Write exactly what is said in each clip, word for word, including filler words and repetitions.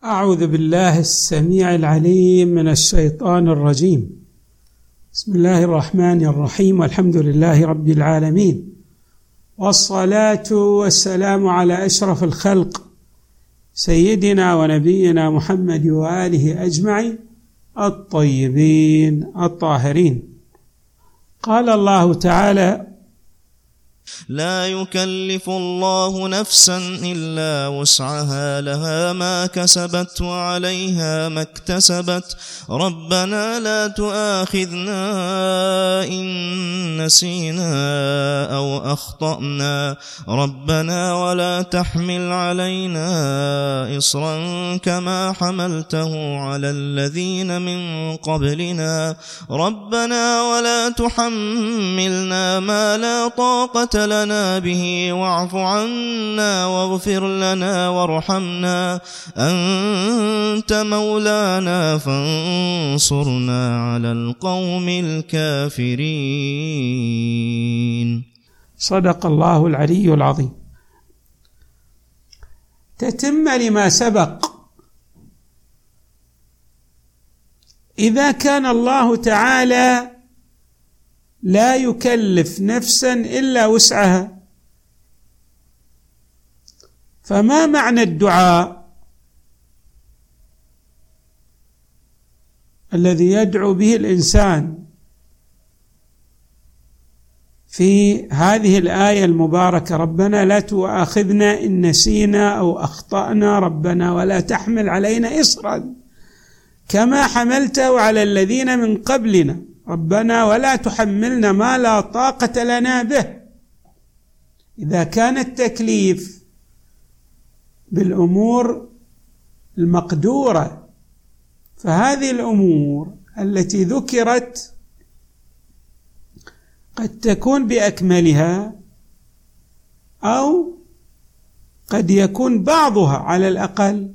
أعوذ بالله السميع العليم من الشيطان الرجيم. بسم الله الرحمن الرحيم، والحمد لله رب العالمين، والصلاة والسلام على أشرف الخلق سيدنا ونبينا محمد وآله أجمعين الطيبين الطاهرين. قال الله تعالى: لا يكلف الله نفسا إلا وسعها، لها ما كسبت وعليها ما اكتسبت، ربنا لا تؤاخذنا إن نسينا أو أخطأنا، ربنا ولا تحمل علينا إصرا كما حملته على الذين من قبلنا، ربنا ولا تحملنا ما لا طاقة لنا به، واعف عنا واغفر لنا وارحمنا، أنت مولانا فانصرنا على القوم الكافرين. صدق الله العلي العظيم. تتم لما سبق. إذا كان الله تعالى لا يكلف نفسا إلا وسعها، فما معنى الدعاء الذي يدعو به الإنسان في هذه الآية المباركة؟ ربنا لا تؤاخذنا إن نسينا أو أخطأنا، ربنا ولا تحمل علينا إصرا كما حملته على الذين من قبلنا، ربنا ولا تحملنا ما لا طاقة لنا به. إذا كان التكليف بالأمور المقدورة، فهذه الأمور التي ذكرت قد تكون بأكملها، أو قد يكون بعضها على الأقل.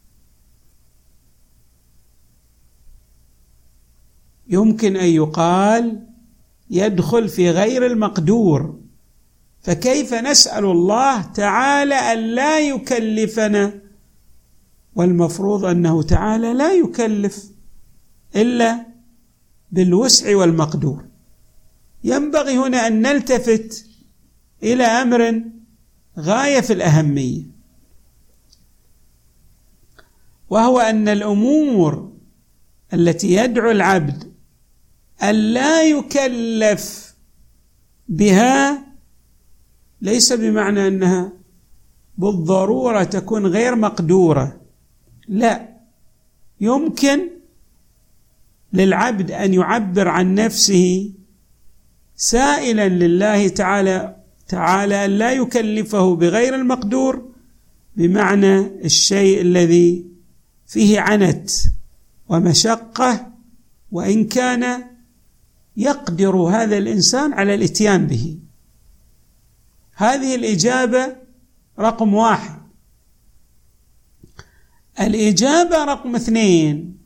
يمكن أن يقال يدخل في غير المقدور، فكيف نسأل الله تعالى أن لا يكلفنا، والمفروض أنه تعالى لا يكلف إلا بالوسع والمقدور. ينبغي هنا أن نلتفت إلى أمر غاية في الأهمية، وهو أن الأمور التي يدعو العبد أن لا يكلف بها ليس بمعنى أنها بالضرورة تكون غير مقدورة، لا، يمكن للعبد أن يعبر عن نفسه سائلا لله تعالى تعالى أن لا يكلفه بغير المقدور، بمعنى الشيء الذي فيه عنت ومشقة، وإن كان يقدر هذا الإنسان على الإتيان به. هذه الإجابة رقم واحد. الإجابة رقم اثنين: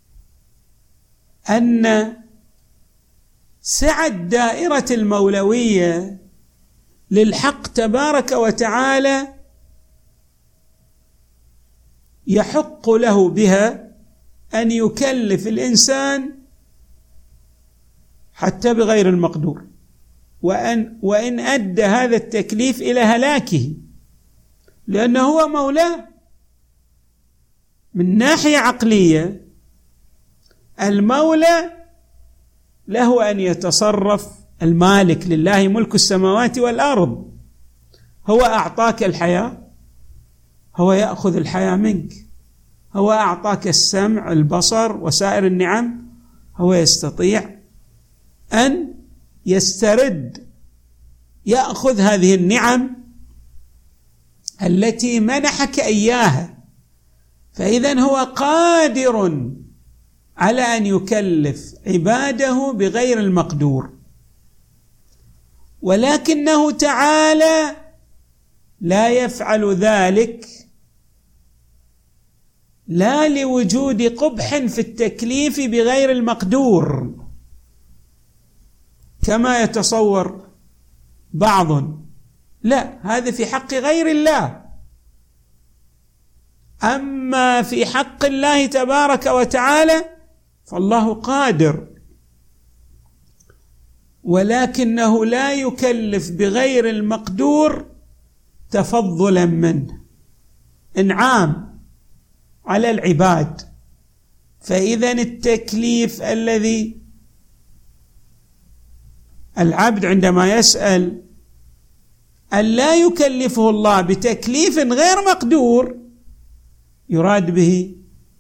أن سعة دائرة المولوية للحق تبارك وتعالى يحق له بها أن يكلف الإنسان حتى بغير المقدور، وأن وإن أدى هذا التكليف إلى هلاكه، لأنه هو مولاه. من ناحية عقلية، المولى له أن يتصرف، المالك لله ملك السماوات والأرض، هو أعطاك الحياة، هو يأخذ الحياة منك، هو أعطاك السمع البصر وسائر النعم، هو يستطيع أن يسترد، يأخذ هذه النعم التي منحك إياها، فإذن هو قادر على أن يكلف عباده بغير المقدور، ولكنه تعالى لا يفعل ذلك لا لوجود قبح في التكليف بغير المقدور كما يتصور بعض، لا، هذا في حق غير الله، أما في حق الله تبارك وتعالى فالله قادر، ولكنه لا يكلف بغير المقدور تفضلا منه، إنعام على العباد. فإذا التكليف الذي العبد عندما يسأل أن لا يكلفه الله بتكليف غير مقدور، يراد به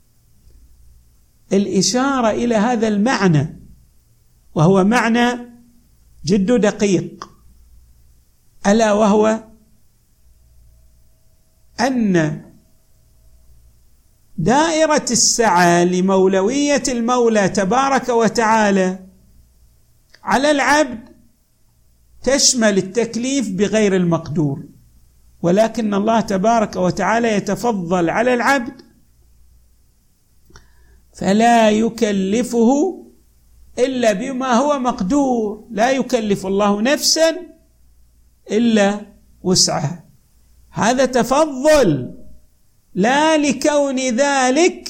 الإشارة إلى هذا المعنى، وهو معنى جد دقيق، ألا وهو أن دائرة السعة لمولوية المولى تبارك وتعالى على العبد تشمل التكليف بغير المقدور، ولكن الله تبارك وتعالى يتفضل على العبد فلا يكلفه إلا بما هو مقدور. لا يكلف الله نفسا إلا وسعها، هذا تفضل، لا لكون ذلك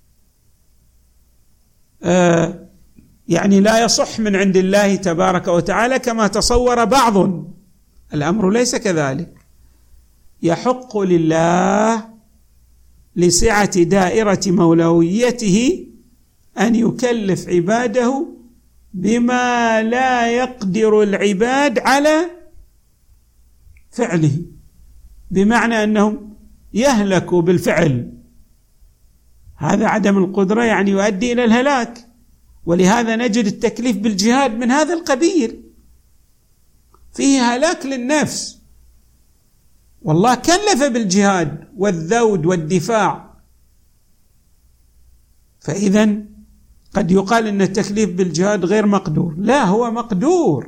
آه يعني لا يصح من عند الله تبارك وتعالى كما تصور بعض. الأمر ليس كذلك، يحق لله لسعة دائرة مولويته أن يكلف عباده بما لا يقدر العباد على فعله، بمعنى أنهم يهلكوا بالفعل. هذا عدم القدرة يعني يؤدي إلى الهلاك، ولهذا نجد التكليف بالجهاد من هذا القبيل، فيه هلاك للنفس، والله كلف بالجهاد والذود والدفاع. فإذا قد يقال أن التكليف بالجهاد غير مقدور، لا، هو مقدور،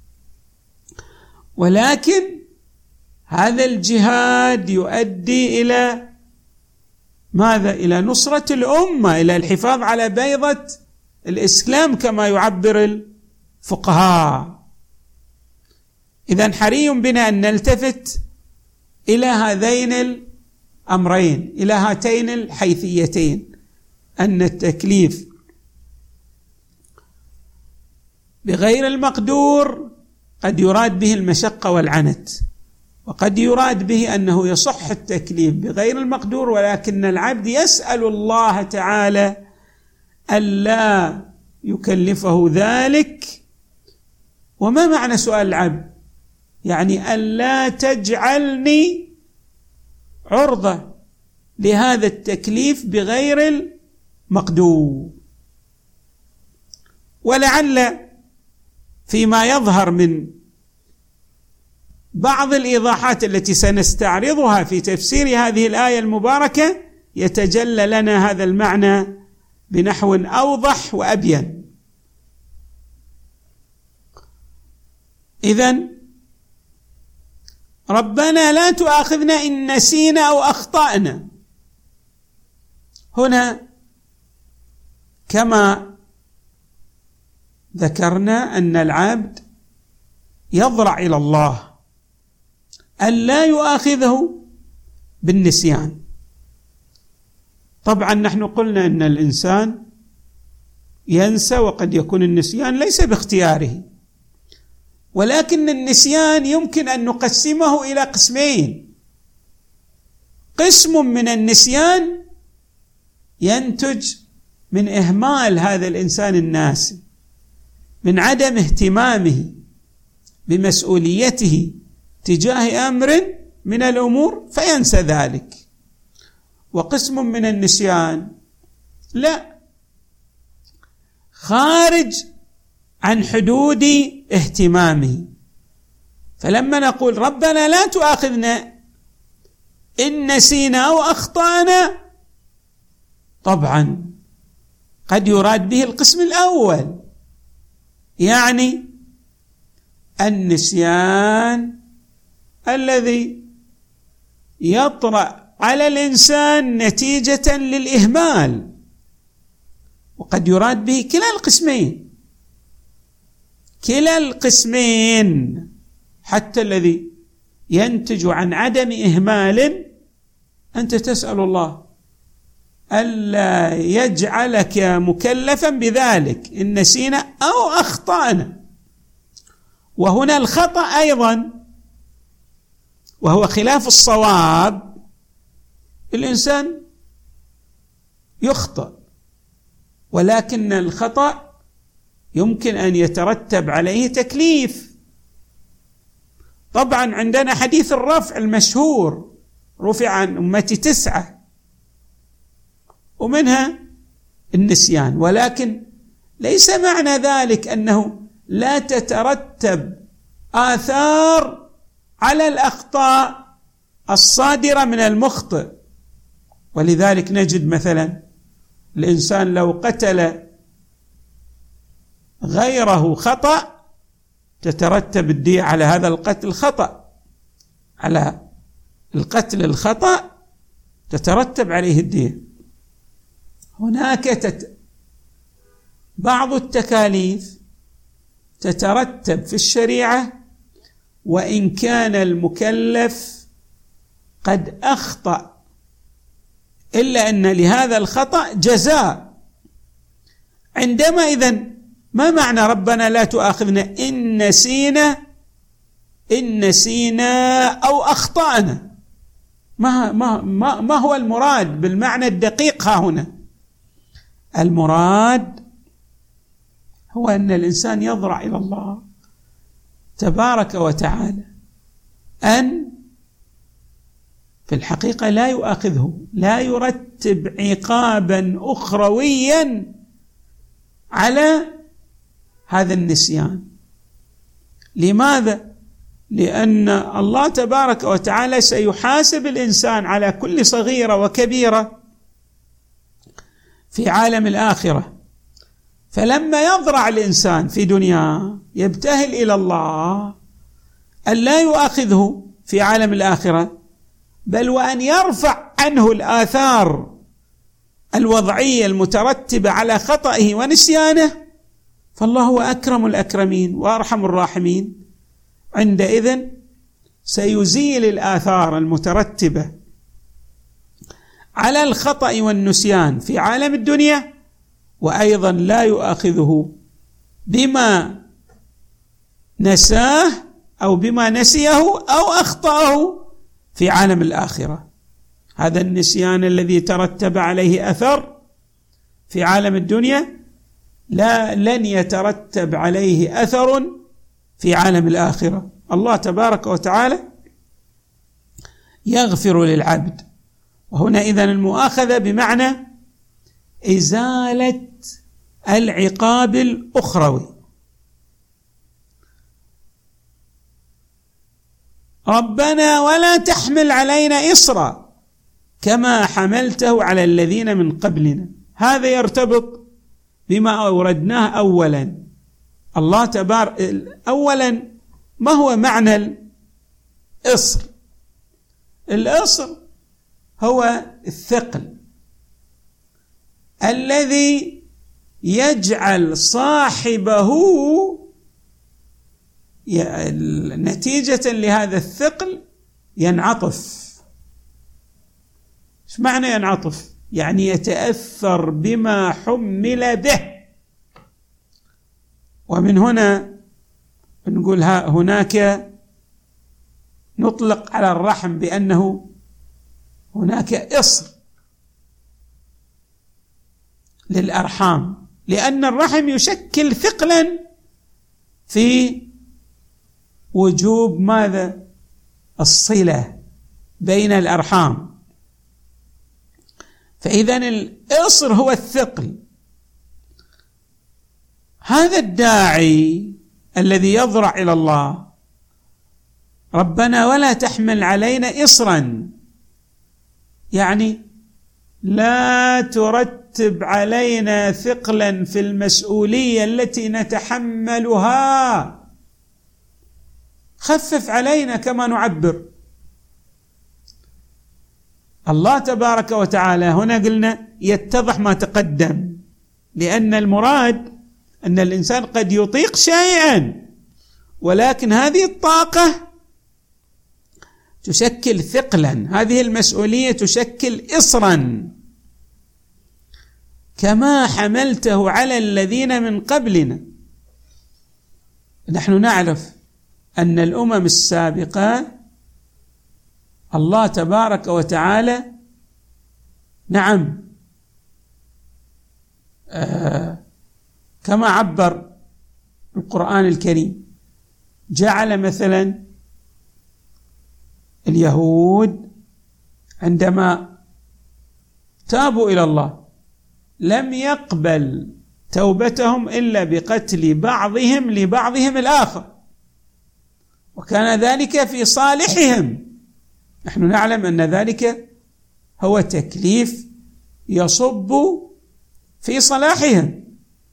ولكن هذا الجهاد يؤدي إلى ماذا؟ إلى نصرة الأمة، إلى الحفاظ على بيضة الإسلام كما يعبر الفقهاء. إذن حري بنا أن نلتفت إلى هذين الأمرين، إلى هاتين الحيثيتين، أن التكليف بغير المقدور قد يراد به المشقة والعنت، وقد يراد به أنه يصح التكليف بغير المقدور، ولكن العبد يسأل الله تعالى ألا يكلفه ذلك. وما معنى سؤال العبد؟ يعني ألا تجعلني عرضة لهذا التكليف بغير المقدور. ولعل فيما يظهر من بعض الإيضاحات التي سنستعرضها في تفسير هذه الآية المباركة يتجلى لنا هذا المعنى بنحو أوضح وأبين. إذن ربنا لا تؤاخذنا إن نسينا أو أخطأنا، هنا كما ذكرنا أن العبد يضرع إلى الله ألا يؤاخذه بالنسيان. طبعا نحن قلنا أن الإنسان ينسى، وقد يكون النسيان ليس باختياره، ولكن النسيان يمكن أن نقسمه إلى قسمين. قسم من النسيان ينتج من إهمال هذا الإنسان الناسي، من عدم اهتمامه بمسؤوليته تجاه أمر من الأمور فينسى ذلك. وقسم من النسيان لا، خارج عن حدود اهتمامه. فلما نقول ربنا لا تؤاخذنا إن نسينا أو أخطأنا، طبعا قد يراد به القسم الأول، يعني النسيان الذي يطرأ على الإنسان نتيجة للإهمال، وقد يراد به كلا القسمين، كلا القسمين، حتى الذي ينتج عن عدم إهمال أنت تسأل الله ألا يجعلك مكلفا بذلك إن نسينا أو أخطأنا. وهنا الخطأ أيضا وهو خلاف الصواب، الإنسان يخطئ، ولكن الخطأ يمكن أن يترتب عليه تكليف. طبعا عندنا حديث الرفع المشهور، رفع عن أمتي تسعة ومنها النسيان، ولكن ليس معنى ذلك أنه لا تترتب آثار على الأخطاء الصادرة من المخطئ. ولذلك نجد مثلا الإنسان لو قتل غيره خطأ تترتب الدية على هذا القتل خطأ، على القتل الخطأ تترتب عليه الدية. هناك تت... بعض التكاليف تترتب في الشريعة وإن كان المكلف قد أخطأ، إلا أن لهذا الخطأ جزاء. عندما إذن ما معنى ربنا لا تؤاخذنا إن نسينا إن نسينا أو أخطأنا؟ ما, ما, ما, ما هو المراد بالمعنى الدقيق ها هنا؟ المراد هو أن الإنسان يضرع إلى الله تبارك وتعالى أن في الحقيقة لا يؤاخذه، لا يرتب عقابا أخرويا على هذا النسيان. لماذا؟ لأن الله تبارك وتعالى سيحاسب الإنسان على كل صغيرة وكبيرة في عالم الآخرة. فلما يضرع الإنسان في دنياه يبتهل إلى الله أن لا يؤاخذه في عالم الآخرة، بل وأن يرفع عنه الآثار الوضعية المترتبة على خطئه ونسيانه، فالله هو أكرم الأكرمين وأرحم الراحمين. عندئذ سيزيل الآثار المترتبة على الخطأ والنسيان في عالم الدنيا، وأيضا لا يؤاخذه بما نساه أو بما نسيه أو أخطأه في عالم الآخرة. هذا النسيان الذي ترتب عليه أثر في عالم الدنيا لا لن يترتب عليه أثر في عالم الآخرة. الله تبارك وتعالى يغفر للعبد. وهنا إذن المؤاخذة بمعنى إزالة العقاب الأخروي. ربنا ولا تحمل علينا إصرا كما حملته على الذين من قبلنا. هذا يرتبط بما أوردناه أولا. الله تبارك أولا ما هو معنى الإصر؟ الإصر هو الثقل الذي يجعل صاحبه نتيجة لهذا الثقل ينعطف. ايش معنى ينعطف؟ يعني يتأثر بما حمل به. ومن هنا نقول هناك نطلق على الرحم بأنه هناك إصر للأرحام، لأن الرحم يشكل ثقلا في وجوب ماذا؟ الصلة بين الأرحام. فإذن الإصر هو الثقل. هذا الداعي الذي يضرع إلى الله ربنا ولا تحمل علينا إصرا، يعني لا ترتب علينا ثقلا في المسؤولية التي نتحملها، خفف علينا كما نعبر. الله تبارك وتعالى هنا قلنا يتضح ما تقدم، لأن المراد أن الإنسان قد يطيق شيئا، ولكن هذه الطاقة تشكل ثقلا، هذه المسؤولية تشكل إصرا. كما حملته على الذين من قبلنا. نحن نعرف أن الأمم السابقة الله تبارك وتعالى نعم آه كما عبر القرآن الكريم، جعل مثلا اليهود عندما تابوا إلى الله لم يقبل توبتهم إلا بقتل بعضهم لبعضهم الآخر، وكان ذلك في صالحهم. نحن نعلم أن ذلك هو تكليف يصب في صلاحهم.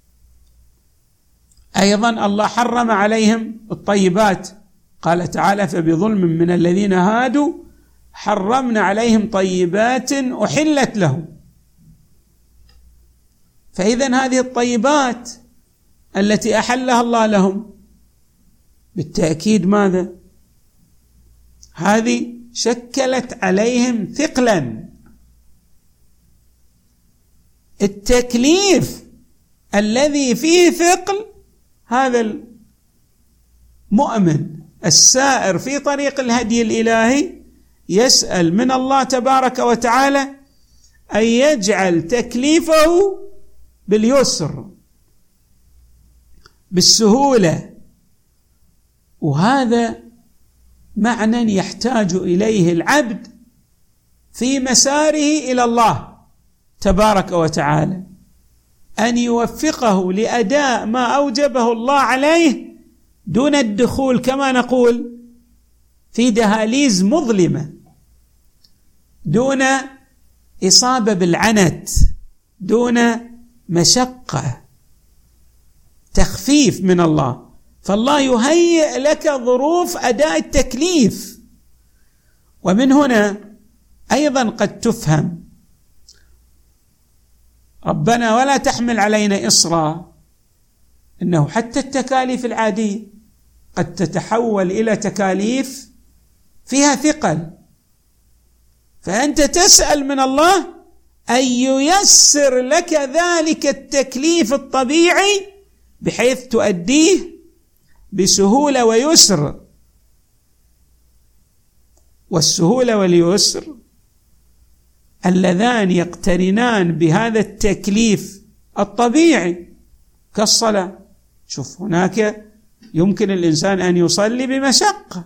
أيضا الله حرم عليهم الطيبات، قال تعالى: فبظلم من الذين هادوا حرمنا عليهم طيبات أحلت لهم. فإذن هذه الطيبات التي أحلها الله لهم بالتأكيد ماذا؟ هذه شكلت عليهم ثقلا. التكليف الذي فيه ثقل هذا المؤمن السائر في طريق الهدي الإلهي يسأل من الله تبارك وتعالى أن يجعل تكليفه باليسر بالسهولة، وهذا معنى يحتاج إليه العبد في مساره إلى الله تبارك وتعالى، أن يوفقه لأداء ما أوجبه الله عليه دون الدخول كما نقول في دهاليز مظلمة، دون إصابة بالعنت، دون مشقة، تخفيف من الله. فالله يهيئ لك ظروف أداء التكليف. ومن هنا أيضا قد تفهم ربنا ولا تحمل علينا إصرا، إنه حتى التكاليف العادية قد تتحول إلى تكاليف فيها ثقل، فأنت تسأل من الله أن ييسر لك ذلك التكليف الطبيعي بحيث تؤديه بسهولة ويسر. والسهولة واليسر اللذان يقترنان بهذا التكليف الطبيعي كالصلاة. شوف، هناك يمكن الإنسان أن يصلي بمشقة،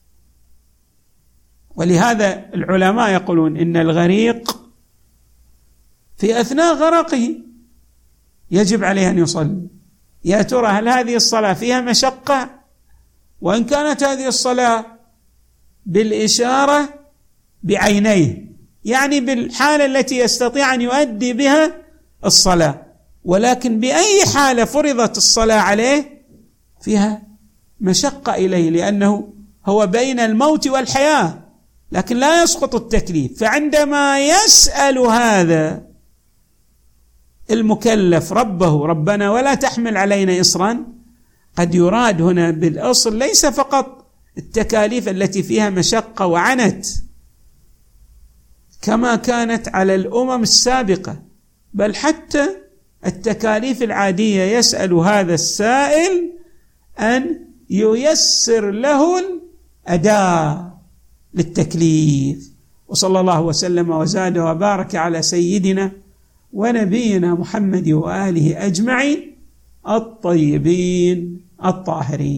ولهذا العلماء يقولون إن الغريق في أثناء غرقه يجب عليه أن يصلي. يا ترى هل هذه الصلاة فيها مشقة؟ وإن كانت هذه الصلاة بالإشارة بعينيه، يعني بالحالة التي يستطيع أن يؤدي بها الصلاة، ولكن بأي حالة فرضت الصلاة عليه فيها مشقة إليه، لأنه هو بين الموت والحياة، لكن لا يسقط التكليف. فعندما يسأل هذا المكلف ربه ربنا ولا تحمل علينا إصرا، قد يراد هنا بالأصل ليس فقط التكاليف التي فيها مشقة وعنت كما كانت على الأمم السابقة، بل حتى التكاليف العادية يسأل هذا السائل أن ييسر له الأداء للتكليف. وصلى الله وسلم وزاد وبارك على سيدنا ونبينا محمد وآله أجمعين الطيبين الطاهرين.